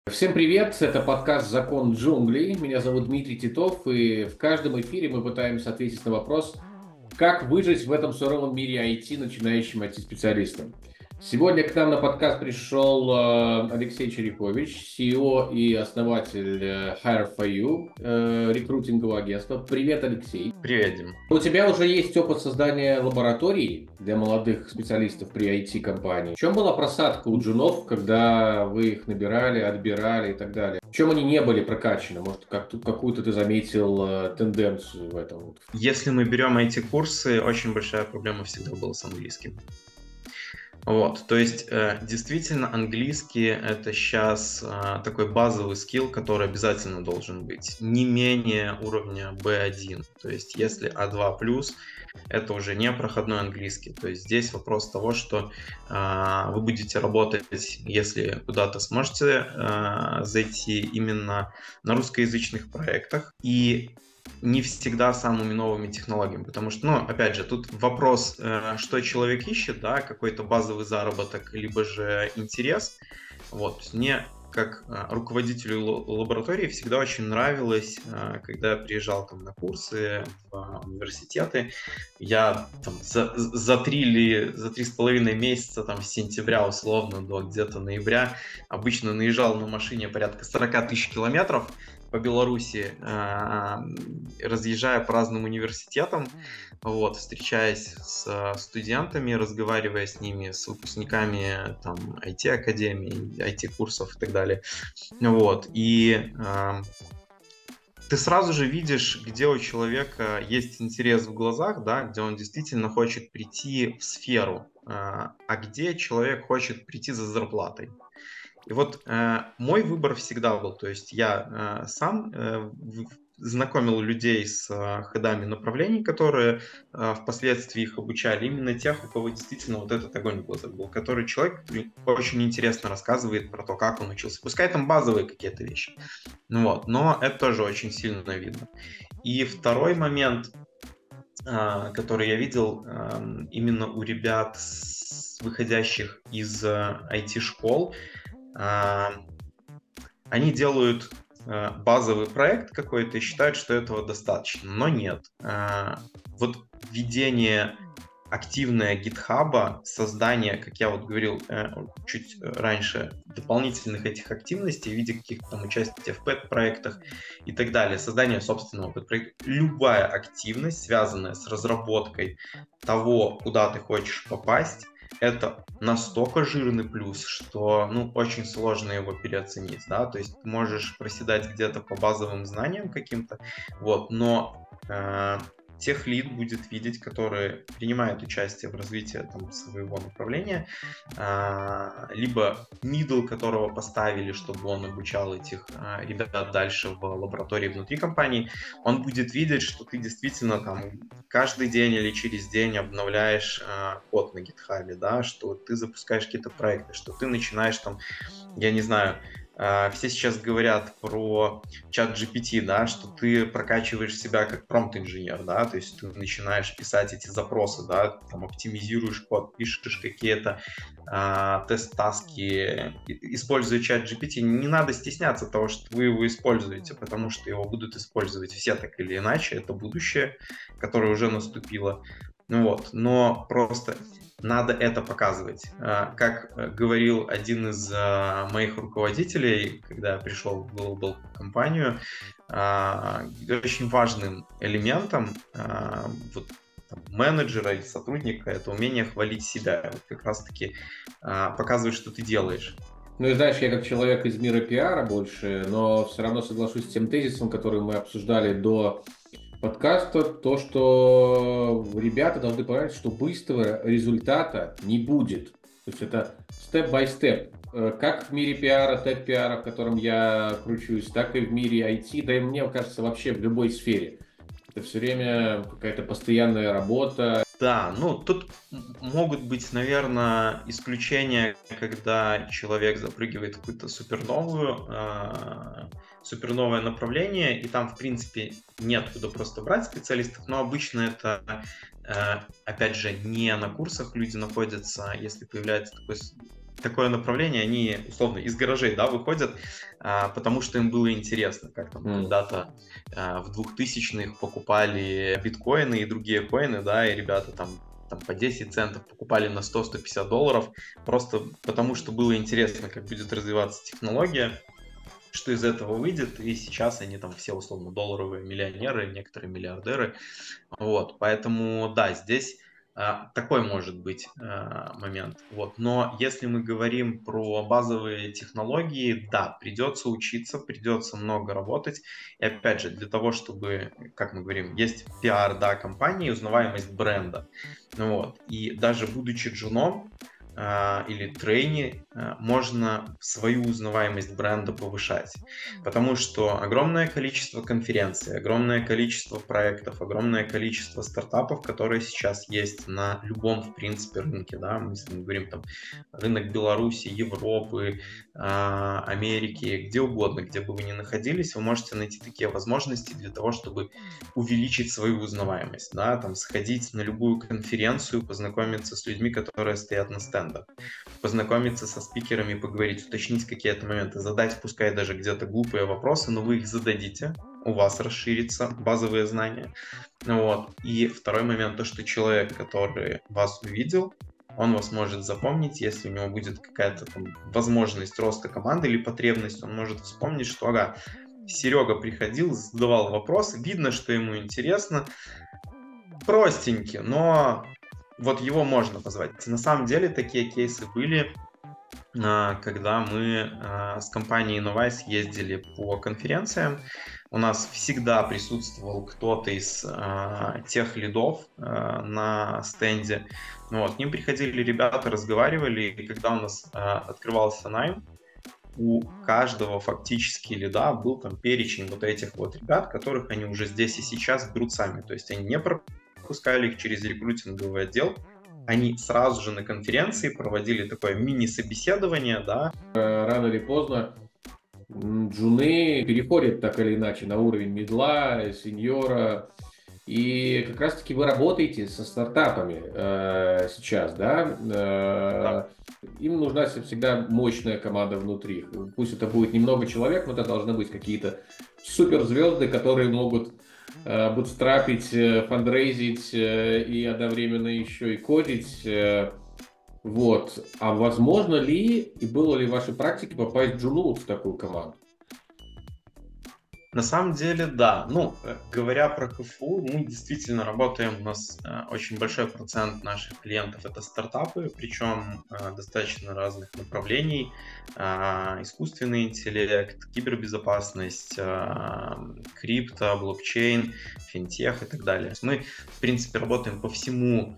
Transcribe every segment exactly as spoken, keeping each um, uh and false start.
Всем привет, это подкаст «Закон джунглей». Меня зовут Дмитрий Титов, и в каждом эфире мы пытаемся ответить на вопрос, как выжить в этом суровом мире ай ти начинающим ай ти-специалистам. Сегодня к нам на подкаст пришел э, Алексей Черехович, си и о и основатель э, Hire for You, э, рекрутингового агентства. Привет, Алексей. Привет, Дим. У тебя уже есть опыт создания лабораторий для молодых специалистов при ай ти-компании. В чем была просадка у джунов, когда вы их набирали, отбирали и так далее? В чем они не были прокачаны? Может, как, какую-то ты заметил э, тенденцию в этом? Если мы берем ай ти-курсы, очень большая проблема всегда была с английским. Вот, то есть э, действительно английский это сейчас э, такой базовый скилл, который обязательно должен быть, не менее уровня би один. То есть если эй два плюс, это уже не проходной английский. То есть здесь вопрос того, что э, вы будете работать, если куда-то сможете э, зайти именно на русскоязычных проектах и не всегда самыми новыми технологиями, потому что, ну, опять же, тут вопрос, э, что человек ищет, да, какой-то базовый заработок, либо же интерес. Вот, мне как э, руководителю лаборатории всегда очень нравилось, э, когда я приезжал там на курсы в э, университеты, я там за, за три или за три с половиной месяца, там, с сентября условно до где-то ноября обычно наезжал на машине порядка сорок тысяч километров по Беларуси, разъезжая по разным университетам, вот, встречаясь с студентами, разговаривая с ними, с выпускниками там ай ти-академий, ай ти-курсов и так далее. Вот, и э, ты сразу же видишь, где у человека есть интерес в глазах, да, где он действительно хочет прийти в сферу, э, а где человек хочет прийти за зарплатой. И вот э, мой выбор всегда был, то есть я э, сам э, в, знакомил людей с э, ходами направлений, которые э, впоследствии их обучали, именно тех, у кого действительно вот этот огонь в глазах был, который человек очень интересно рассказывает про то, как он учился. Пускай там базовые какие-то вещи, ну вот, но это тоже очень сильно видно. И второй момент, э, который я видел э, именно у ребят, с, выходящих из э, ай ти-школ, они делают базовый проект какой-то и считают, что этого достаточно, но нет. Вот введение активное гитхаба, создание, как я вот говорил чуть раньше, дополнительных этих активностей в виде каких-то там участия в пэт-проектах и так далее, создание собственного пэт-проекта, любая активность, связанная с разработкой того, куда ты хочешь попасть, это настолько жирный плюс, что, ну, очень сложно его переоценить, да, то есть ты можешь проседать где-то по базовым знаниям каким-то, вот, но э, техлид будет видеть, который принимает участие в развитии там своего направления, э, либо мидл, которого поставили, чтобы он обучал этих э, ребят дальше в лаборатории внутри компании, он будет видеть, что ты действительно там каждый день или через день обновляешь э, код на гитхабе, да, что ты запускаешь какие-то проекты, что ты начинаешь там, я не знаю, э, все сейчас говорят про чат джи пи ти, да, что ты прокачиваешь себя как промпт-инженер, да, то есть ты начинаешь писать эти запросы, да, там оптимизируешь код, пишешь какие-то э, тест-таски, используя чат джи пи ти. Не надо стесняться того, что вы его используете, потому что его будут использовать все так или иначе, это будущее, которое уже наступило. Ну вот, но просто надо это показывать. Как говорил один из моих руководителей, когда я пришел в Global компанию, очень важным элементом вот, там, менеджера или сотрудника это умение хвалить себя, вот как раз-таки показывать, что ты делаешь. Ну и знаешь, я как человек из мира пиара больше, но все равно соглашусь с тем тезисом, который мы обсуждали до подкаста, то, что ребята должны понять, что быстрого результата не будет. То есть это степ-бай-степ. Как в мире пиара, тег-пиара, в котором я кручусь, так и в мире ай ти, да и мне кажется вообще в любой сфере. Это все время какая-то постоянная работа. Да, ну тут могут быть, наверное, исключения, когда человек запрыгивает в какую-то суперновую, э, суперновое направление, и там, в принципе, нет куда просто брать специалистов, но обычно это, э, опять же, не на курсах люди находятся, если появляется такой такое направление, они условно из гаражей, да, выходят, а, потому что им было интересно, как там Mm. когда-то а, в двухтысячных покупали биткоины и другие коины, да, и ребята там, там по десять центов покупали на сто - сто пятьдесят долларов, просто потому что было интересно, как будет развиваться технология, что из этого выйдет, и сейчас они там все условно долларовые миллионеры, некоторые миллиардеры, вот, поэтому да, здесь а, такой может быть а, момент, вот, но если мы говорим про базовые технологии, да, придется учиться, придется много работать, и опять же, для того, чтобы, как мы говорим, есть пиар, да, компании, узнаваемость бренда, ну вот, и даже будучи джуном, а, или трейни, а, можно свою узнаваемость бренда повышать. Потому что огромное количество конференций, огромное количество проектов, огромное количество стартапов, которые сейчас есть на любом, в принципе, рынке. Да? Если мы говорим там рынок Беларуси, Европы, а, Америки, где угодно, где бы вы ни находились, вы можете найти такие возможности для того, чтобы увеличить свою узнаваемость. Да? Там, сходить на любую конференцию, познакомиться с людьми, которые стоят на стендах, познакомиться со спикерами, поговорить, уточнить какие-то моменты, задать, пускай даже где-то глупые вопросы, но вы их зададите, у вас расширится базовые знания. Вот. И второй момент, то, что человек, который вас увидел, он вас может запомнить, если у него будет какая-то там возможность роста команды или потребность, он может вспомнить, что ага, Серега приходил, задавал вопросы, видно, что ему интересно, простенький, но вот его можно позвать. На самом деле такие кейсы были, когда мы с компанией Novyze ездили по конференциям. У нас всегда присутствовал кто-то из тех лидов на стенде. Вот. К ним приходили ребята, разговаривали, и когда у нас открывался найм, у каждого фактически лида был там перечень вот этих вот ребят, которых они уже здесь и сейчас берут сами. То есть они не пропускали их через рекрутинговый отдел, они сразу же на конференции проводили такое мини-собеседование, да. Рано или поздно джуны переходят так или иначе на уровень мидла, сеньора, и как раз-таки вы работаете со стартапами э, сейчас, да? Э, да. Им нужна всегда мощная команда внутри. Пусть это будет немного человек, но это должны быть какие-то суперзвезды, которые могут бутстрапить, фандрейзить и одновременно еще и кодить. Вот. А возможно ли и было ли в вашей практике попасть джуну в такую команду? На самом деле, да. Ну, говоря про КФУ, мы действительно работаем, у нас э, очень большой процент наших клиентов это стартапы, причем э, достаточно разных направлений. Э, искусственный интеллект, кибербезопасность, э, крипто, блокчейн, финтех и так далее. Мы, в принципе, работаем по всему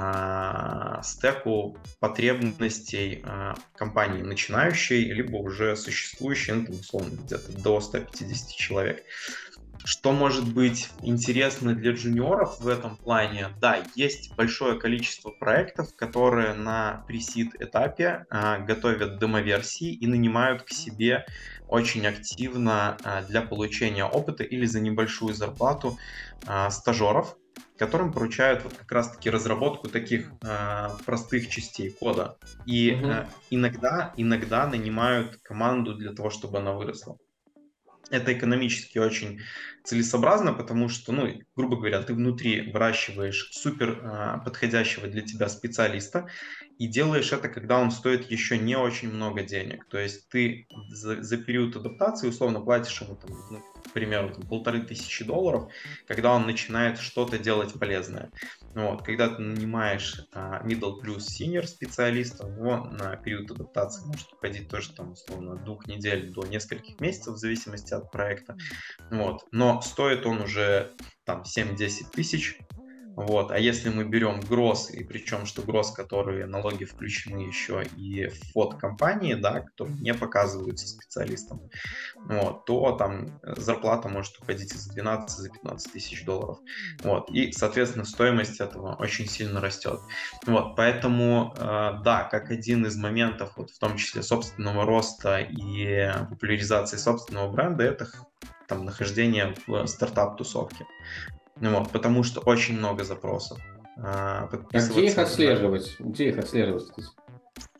стеку потребностей компании начинающей, либо уже существующей, ну, там, условно, где-то до ста пятидесяти человек. Что может быть интересно для джуниоров в этом плане? Да, есть большое количество проектов, которые на pre-seed этапе а, готовят демоверсии и нанимают к себе очень активно а, для получения опыта или за небольшую зарплату а, стажеров, которым поручают вот как раз-таки разработку таких э, простых частей кода. И угу. э, иногда, иногда нанимают команду для того, чтобы она выросла. Это экономически очень целесообразно, потому что, ну, грубо говоря, ты внутри выращиваешь супер э, подходящего для тебя специалиста и делаешь это, когда он стоит еще не очень много денег. То есть ты за, за период адаптации условно платишь ему, там, ну, к примеру, там, полторы тысячи долларов, когда он начинает что-то делать полезное. Вот. Когда ты нанимаешь а, middle плюс senior специалиста, у него на период адаптации может уходить тоже там условно от двух недель до нескольких месяцев в зависимости от проекта. Вот. Но стоит он уже там семь-десять тысяч. Вот. А если мы берем гросс, и причем что гросс, которые налоги включены еще и в фот компании, да, которые не показываются специалистам, вот, то там зарплата может уходить за двенадцать-пятнадцать тысяч долларов. Вот. И, соответственно, стоимость этого очень сильно растет. Вот. Поэтому, э, да, как один из моментов, вот, в том числе собственного роста и популяризации собственного бренда, это там, нахождение в стартап-тусовке. Ну, вот, потому что очень много запросов. А где их отслеживать? Где их отслеживать?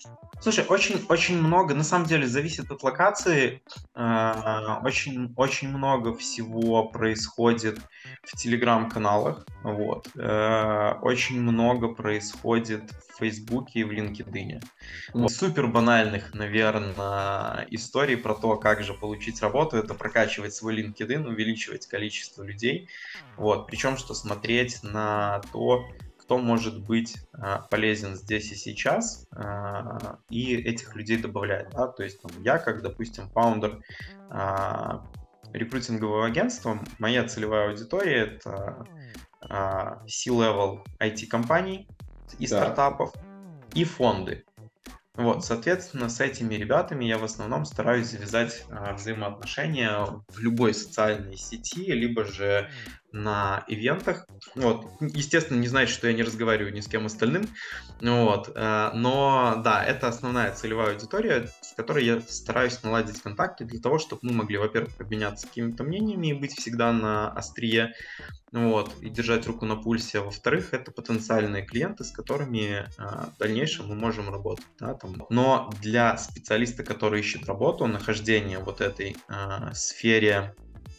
Слушай, очень, очень много, на самом деле, зависит от локации. А, Очень, очень много всего происходит в телеграм-каналах. Вот. Э, Очень много происходит в Фейсбуке и в LinkedIn. М, Вот. Супер банальных, наверное, историй про то, как же получить работу, это прокачивать свой LinkedIn, увеличивать количество людей. Вот. Причем, что смотреть на то, кто может быть а, полезен здесь и сейчас, а, и этих людей добавлять, да, то есть там, я, как, допустим, фаундер а, рекрутингового агентства, моя целевая аудитория — это а, C-level ай ти-компаний и Так. стартапов, и фонды. Вот, соответственно, с этими ребятами я в основном стараюсь завязать а, взаимоотношения в любой социальной сети, либо же на ивентах. Вот, естественно, не значит, что я не разговариваю ни с кем остальным. Вот, э, но да, это основная целевая аудитория, с которой я стараюсь наладить контакты для того, чтобы мы могли, во-первых, обменяться какими-то мнениями и быть всегда на острие, вот, и держать руку на пульсе. А во-вторых, это потенциальные клиенты, с которыми а, в дальнейшем мы можем работать. Да, там. Но для специалиста, который ищет работу, нахождение вот этой а, сфере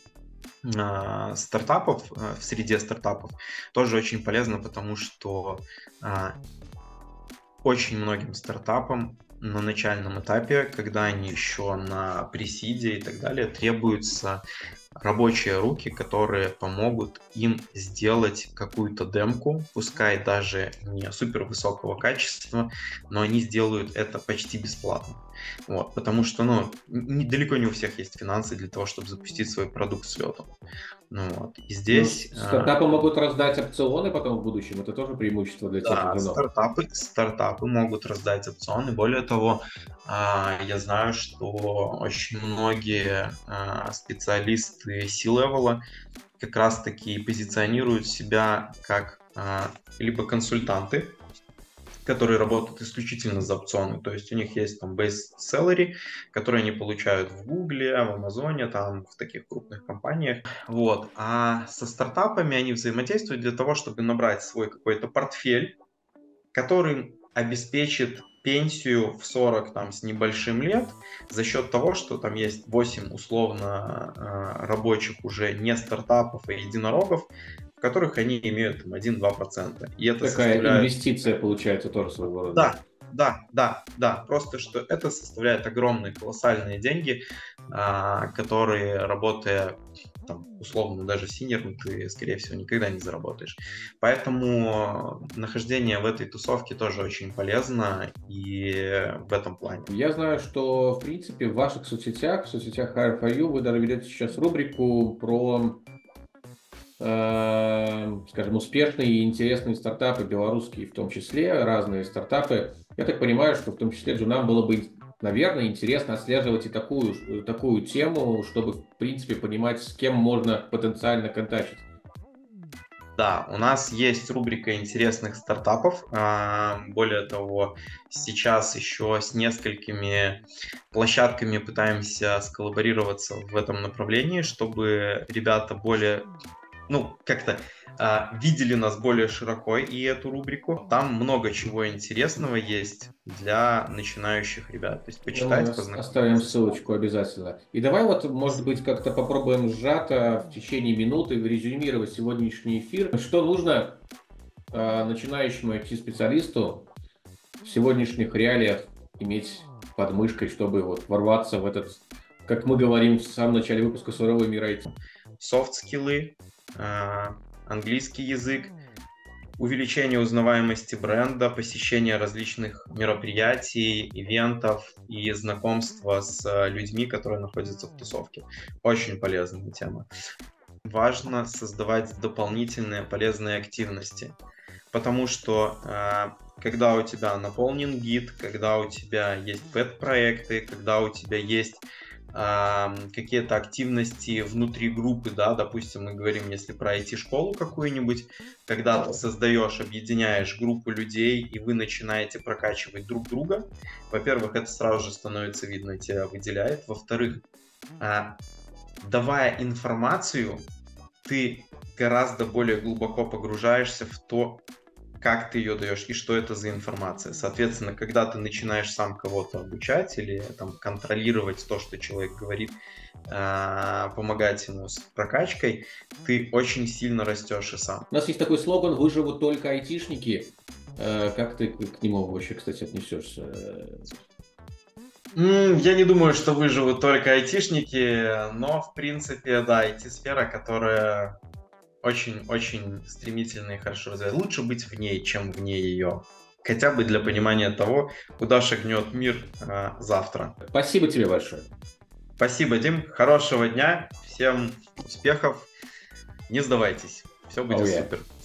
а, стартапов, а, в среде стартапов, тоже очень полезно, потому что а, очень многим стартапам на начальном этапе, когда они еще на пресиде и так далее, требуются рабочие руки, которые помогут им сделать какую-то демку, пускай даже не супер высокого качества, но они сделают это почти бесплатно. Вот, потому что, ну, не, далеко не у всех есть финансы для того, чтобы запустить свой продукт с летом. Ну, вот. И Ну, здесь стартапы могут раздать опционы потом в будущем. Это тоже преимущество для тех же да, джунов. стартапы, стартапы могут раздать опционы. Более того, а, я знаю, что очень многие а, специалисты C-level как раз-таки позиционируют себя как а, либо консультанты, которые работают исключительно за опционы. То есть у них есть там base salary, который они получают в Гугле, в Амазоне, там в таких крупных компаниях. Вот. А со стартапами они взаимодействуют для того, чтобы набрать свой какой-то портфель, который обеспечит пенсию в сорок там, с небольшим лет за счет того, что там есть восемь условно э, рабочих уже не стартапов, а единорогов, в которых они имеют там один-два процента. И это Такая составляет... инвестиция получается тоже своего рода. Да, да, да, да. Просто что это составляет огромные, колоссальные деньги, а, которые, работая там, условно даже синером, ты, скорее всего, никогда не заработаешь. Поэтому нахождение в этой тусовке тоже очень полезно и в этом плане. Я знаю, что, в принципе, в ваших соцсетях, в соцсетях Hire for You, вы даже ведете сейчас рубрику про, э, скажем, успешные и интересные стартапы, белорусские в том числе, разные стартапы. Я так понимаю, что в том числе джунам было бы, наверное, интересно отслеживать и такую, такую тему, чтобы, в принципе, понимать, с кем можно потенциально контактить. Да, у нас есть рубрика интересных стартапов. А, Более того, сейчас еще с несколькими площадками пытаемся сколлаборироваться в этом направлении, чтобы ребята более, ну, как-то а, видели нас более широко и эту рубрику. Там много чего интересного есть для начинающих ребят. То есть Ну, мы почитать, ос- оставим познакомиться. ссылочку обязательно. И давай вот, может быть, как-то попробуем сжато в течение минуты резюмировать сегодняшний эфир. Что нужно э, начинающему ай ти-специалисту в сегодняшних реалиях иметь под мышкой, чтобы вот ворваться в этот, как мы говорим в самом начале выпуска, суровый мир ай ти? Софт-скиллы, английский язык, увеличение узнаваемости бренда, посещение различных мероприятий, ивентов и знакомства с людьми, которые находятся в тусовке. Очень полезная тема. Важно создавать дополнительные полезные активности, потому что когда у тебя наполнен гид, когда у тебя есть пэт-проекты, когда у тебя есть какие-то активности внутри группы, да, допустим, мы говорим, если про ай ти-школу какую-нибудь, когда ты создаешь, объединяешь группу людей, и вы начинаете прокачивать друг друга, во-первых, это сразу же становится видно, тебя выделяет, во-вторых, давая информацию, ты гораздо более глубоко погружаешься в то, как ты ее даешь и что это за информация. Соответственно, когда ты начинаешь сам кого-то обучать или там контролировать то, что человек говорит, э, помогать ему с прокачкой, ты очень сильно растешь и сам. У нас есть такой слоган «Выживут только айтишники». Э, Как ты к нему вообще, кстати, отнесешься? М, Я не думаю, что выживут только айтишники, но, в принципе, да, ай ти-сфера, которая очень-очень стремительно и хорошо развивается. Лучше быть в ней, чем вне ее. Хотя бы для понимания того, куда шагнет мир а, завтра. Спасибо тебе большое. Спасибо, Дим. Хорошего дня. Всем успехов. Не сдавайтесь. Все будет Oh, yeah. супер.